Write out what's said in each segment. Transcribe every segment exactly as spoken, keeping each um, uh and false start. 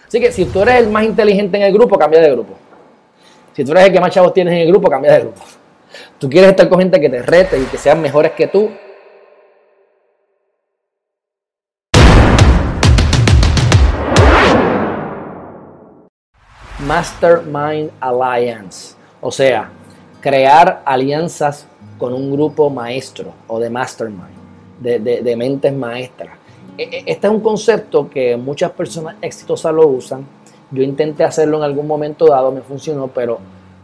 Así que si tú eres el más inteligente en el grupo, cambia de grupo. Si tú eres el que más chavos tienes en el grupo, cambia de grupo. Tú quieres estar con gente que te rete y que sean mejores que tú. Mastermind Alliance. O sea, crear alianzas con un grupo maestro o de mastermind, de, de, de mentes maestras. Este es un concepto que muchas personas exitosas lo usan. Yo intenté hacerlo en algún momento dado, me funcionó, pero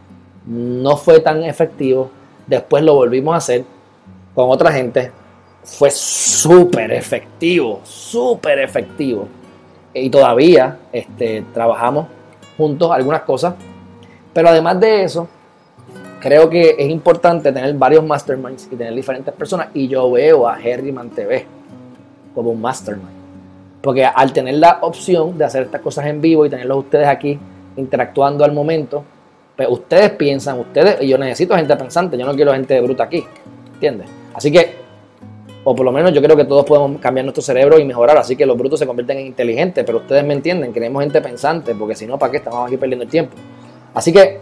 no fue tan efectivo. Después lo volvimos a hacer con otra gente. Fue súper efectivo, súper efectivo. Y todavía este, trabajamos juntos algunas cosas. Pero además de eso, creo que es importante tener varios masterminds y tener diferentes personas. Y yo veo a Herriman T V como un mastermind. Porque al tener la opción de hacer estas cosas en vivo y tenerlos ustedes aquí interactuando al momento, pues ustedes piensan, ustedes, y yo necesito gente pensante, yo no quiero gente bruta aquí, ¿entiendes? Así que, o por lo menos yo creo que todos podemos cambiar nuestro cerebro y mejorar, así que los brutos se convierten en inteligentes, pero ustedes me entienden, queremos gente pensante, porque si no, ¿para qué estamos aquí perdiendo el tiempo? Así que,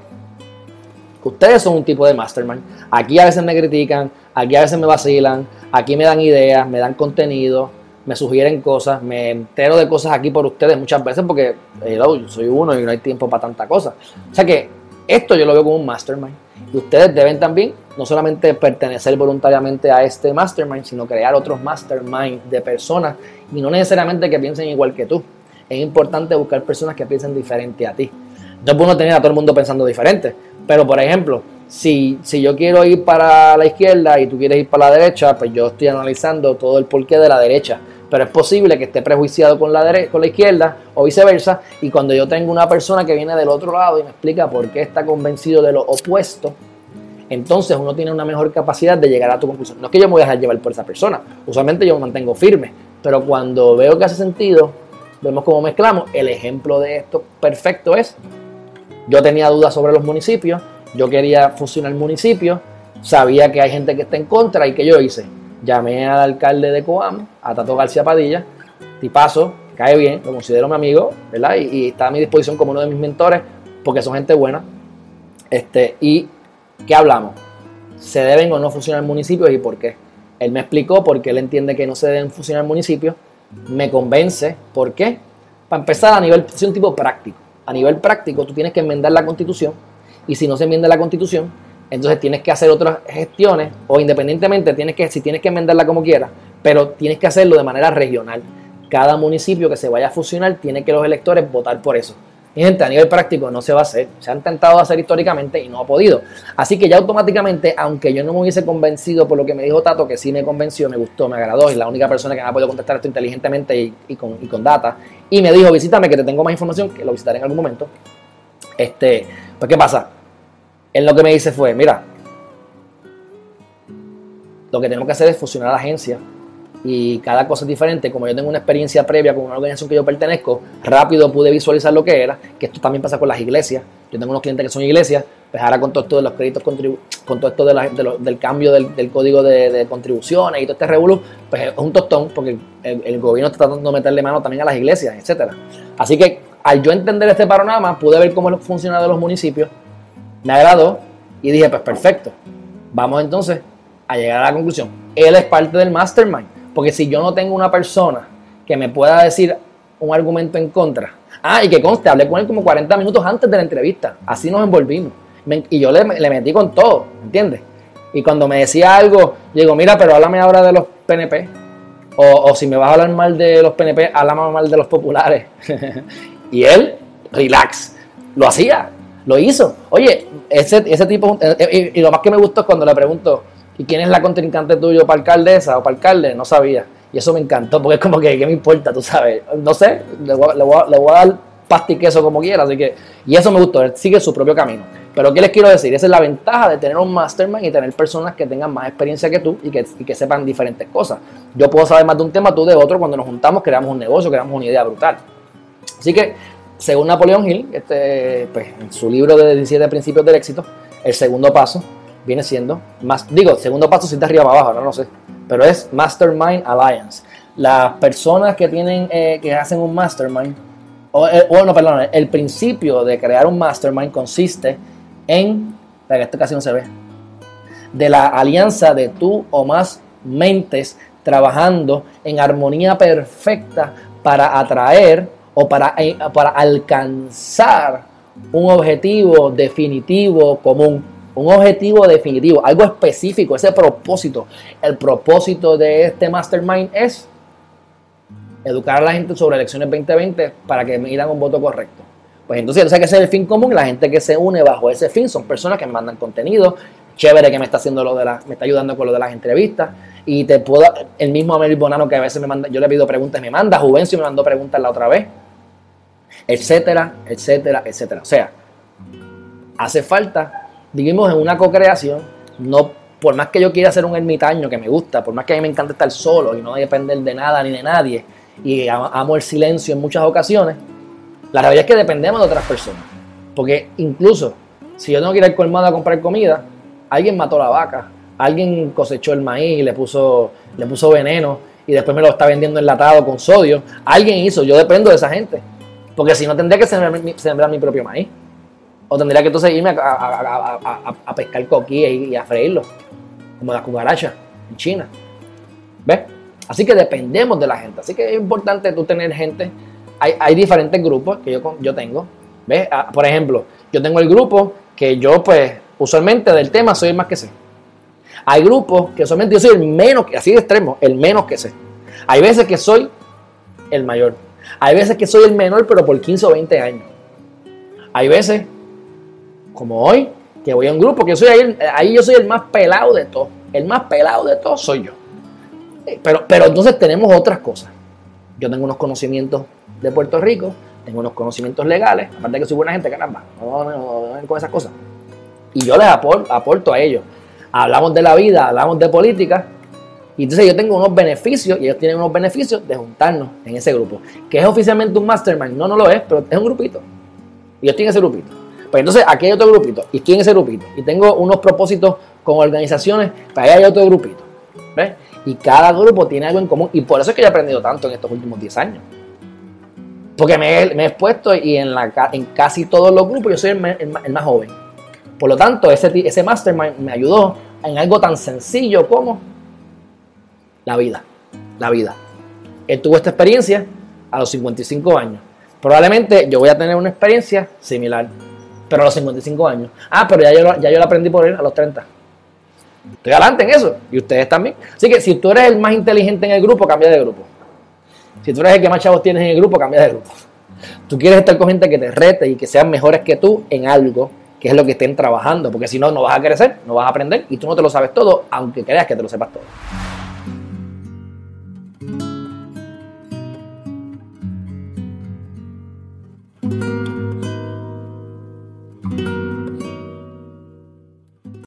ustedes son un tipo de mastermind. Aquí a veces me critican, aquí a veces me vacilan, aquí me dan ideas, me dan contenido, me sugieren cosas, me entero de cosas aquí por ustedes muchas veces porque hello, yo soy uno y no hay tiempo para tanta cosa. O sea que esto yo lo veo como un mastermind. Y ustedes deben también no solamente pertenecer voluntariamente a este mastermind, sino crear otros mastermind de personas y no necesariamente que piensen igual que tú. Es importante buscar personas que piensen diferente a ti. No es bueno tener a todo el mundo pensando diferente, pero por ejemplo, si, si yo quiero ir para la izquierda y tú quieres ir para la derecha, pues yo estoy analizando todo el porqué de la derecha. Pero es posible que esté prejuiciado con la, dere- con la izquierda o viceversa, y cuando yo tengo una persona que viene del otro lado y me explica por qué está convencido de lo opuesto, entonces uno tiene una mejor capacidad de llegar a tu conclusión. No es que yo me voy a dejar llevar por esa persona, usualmente yo me mantengo firme, pero cuando veo que hace sentido, vemos cómo mezclamos. El ejemplo de esto perfecto es, yo tenía dudas sobre los municipios, yo quería fusionar municipios, sabía que hay gente que está en contra, y ¿qué yo hice? Llamé al alcalde de Coamo, a Tato García Padilla, tipazo, cae bien, lo considero mi amigo, ¿verdad? Y, y está a mi disposición como uno de mis mentores, porque son gente buena. Este, y, ¿qué hablamos? ¿Se deben o no fusionar municipios y por qué? Él me explicó por qué él entiende que no se deben fusionar municipios, me convence, ¿por qué? Para empezar, a nivel, soy un tipo práctico. A nivel práctico, tú tienes que enmendar la Constitución, y si no se enmienda la Constitución, entonces tienes que hacer otras gestiones, o independientemente, tienes que, si tienes que enmendarla como quieras, pero tienes que hacerlo de manera regional. Cada municipio que se vaya a fusionar tiene que los electores votar por eso. Y gente, a nivel práctico no se va a hacer. Se ha intentado hacer históricamente y no ha podido. Así que ya automáticamente, aunque yo no me hubiese convencido por lo que me dijo Tato, que sí me convenció, me gustó, me agradó, y la única persona que me ha podido contestar esto inteligentemente y, y, con, y con data, y me dijo, visítame que te tengo más información, que lo visitaré en algún momento. Este, pues ¿qué pasa? Él lo que me dice fue, mira, lo que tenemos que hacer es fusionar la agencia y cada cosa es diferente. Como yo tengo una experiencia previa con una organización que yo pertenezco, rápido pude visualizar lo que era, que esto también pasa con las iglesias. Yo tengo unos clientes que son iglesias, pues ahora con todo esto de los créditos, contribu- con todo esto de la, de lo, del cambio del, del código de, de contribuciones y todo este revolú, pues es un tostón porque el, el gobierno está tratando de meterle mano también a las iglesias, etcétera. Así que al yo entender este panorama, pude ver cómo funcionan los municipios, me agradó y dije, pues perfecto, vamos entonces a llegar a la conclusión. Él es parte del mastermind, porque si yo no tengo una persona que me pueda decir un argumento en contra, ah, y que conste, hablé con él como cuarenta minutos antes de la entrevista, así nos envolvimos, y yo le, le metí con todo, ¿entiendes? Y cuando me decía algo, yo digo, mira, pero háblame ahora de los P N P, o, o si me vas a hablar mal de los P N P, háblame mal de los populares. Y él, relax, lo hacía. Lo hizo. Oye, ese, ese tipo... Y, y lo más que me gustó es cuando le pregunto, ¿y quién es la contrincante tuyo para alcaldesa o para alcalde? No sabía. Y eso me encantó, porque es como que, ¿qué me importa? Tú sabes. No sé, le voy, le voy, a, le voy a dar pasta y queso como quiera. Así que, y eso me gustó, él sigue su propio camino. Pero ¿qué les quiero decir? Esa es la ventaja de tener un mastermind y tener personas que tengan más experiencia que tú y que, y que sepan diferentes cosas. Yo puedo saber más de un tema, tú de otro. Cuando nos juntamos, creamos un negocio, creamos una idea brutal. Así que, según Napoleon Hill, este, pues, en su libro de diecisiete principios del éxito, el segundo paso viene siendo, más, digo, segundo paso si está arriba para abajo, no lo sé, pero es Mastermind Alliance. Las personas que tienen, eh, que hacen un mastermind, o, eh, bueno, perdón, el principio de crear un mastermind consiste en, para que esto casi no se ve, de la alianza de tú o más mentes trabajando en armonía perfecta para atraer o para, eh, para alcanzar un objetivo definitivo común. Un objetivo definitivo, algo específico, ese propósito. El propósito de este mastermind es educar a la gente sobre elecciones veinte veinte para que emitan un voto correcto. Pues entonces, ese es el fin común. La gente que se une bajo ese fin son personas que me mandan contenido. Chévere que me está haciendo lo de la, me está ayudando con lo de las entrevistas. Y te puedo, el mismo Amel Bonano que a veces me manda, yo le pido preguntas, me manda, Juvencio me mandó preguntas la otra vez, etcétera, etcétera, etcétera. O sea, hace falta. Vivimos en una co-creación, no, por más que yo quiera ser un ermitaño que me gusta, por más que a mí me encanta estar solo y no depender de nada ni de nadie, y amo el silencio en muchas ocasiones, la realidad es que dependemos de otras personas. Porque incluso, si yo tengo que ir al colmado a comprar comida, alguien mató la vaca, alguien cosechó el maíz y le puso, le puso veneno y después me lo está vendiendo enlatado con sodio, alguien hizo, yo dependo de esa gente, porque si no tendría que sembrar mi, sembrar mi propio maíz. O tendría que entonces irme a, a, a, a, a pescar coquíes y, y a freírlos, como las cucarachas en China. ¿Ves? Así que dependemos de la gente. Así que es importante tú tener gente. Hay, hay diferentes grupos que yo, yo tengo. ¿Ves? Ah, por ejemplo, yo tengo el grupo que yo, pues, usualmente del tema soy el más que sé. Hay grupos que usualmente yo soy el menos, así de extremo, el menos que sé. Hay veces que soy el mayor. Hay veces que soy el menor, pero por quince o veinte años. Hay veces, como hoy, que voy a un grupo que soy ahí, ahí yo soy el más pelado de todos. El más pelado de todos soy yo. Pero, pero entonces tenemos otras cosas. Yo tengo unos conocimientos de Puerto Rico, tengo unos conocimientos legales, aparte de que soy buena gente, caramba, no, no, no, no con esas cosas. Y yo les aporto, aporto a ellos. Hablamos de la vida, hablamos de política, y entonces yo tengo unos beneficios, y ellos tienen unos beneficios de juntarnos en ese grupo. ¿Que es oficialmente un mastermind? No, no lo es, pero es un grupito. Y yo estoy en ese grupito. Pues entonces aquí hay otro grupito, y estoy en ese grupito, y tengo unos propósitos con organizaciones, para allá hay otro grupito, ¿ves? Y cada grupo tiene algo en común, y por eso es que yo he aprendido tanto en estos últimos diez años. Porque me he, me he expuesto, y en, la, en casi todos los grupos yo soy el, el, el más joven. Por lo tanto, ese, ese mastermind me ayudó en algo tan sencillo como la vida, la vida. Él tuvo esta experiencia a los cincuenta y cinco años. Probablemente yo voy a tener una experiencia similar, pero a los cincuenta y cinco años. Ah, pero ya yo, ya yo lo aprendí por él a los treinta. Estoy adelante en eso. Y ustedes también. Así que si tú eres el más inteligente en el grupo, cambia de grupo. Si tú eres el que más chavos tienes en el grupo, cambia de grupo. Tú quieres estar con gente que te rete y que sean mejores que tú en algo, que es lo que estén trabajando. Porque si no, no vas a crecer, no vas a aprender y tú no te lo sabes todo, aunque creas que te lo sepas todo.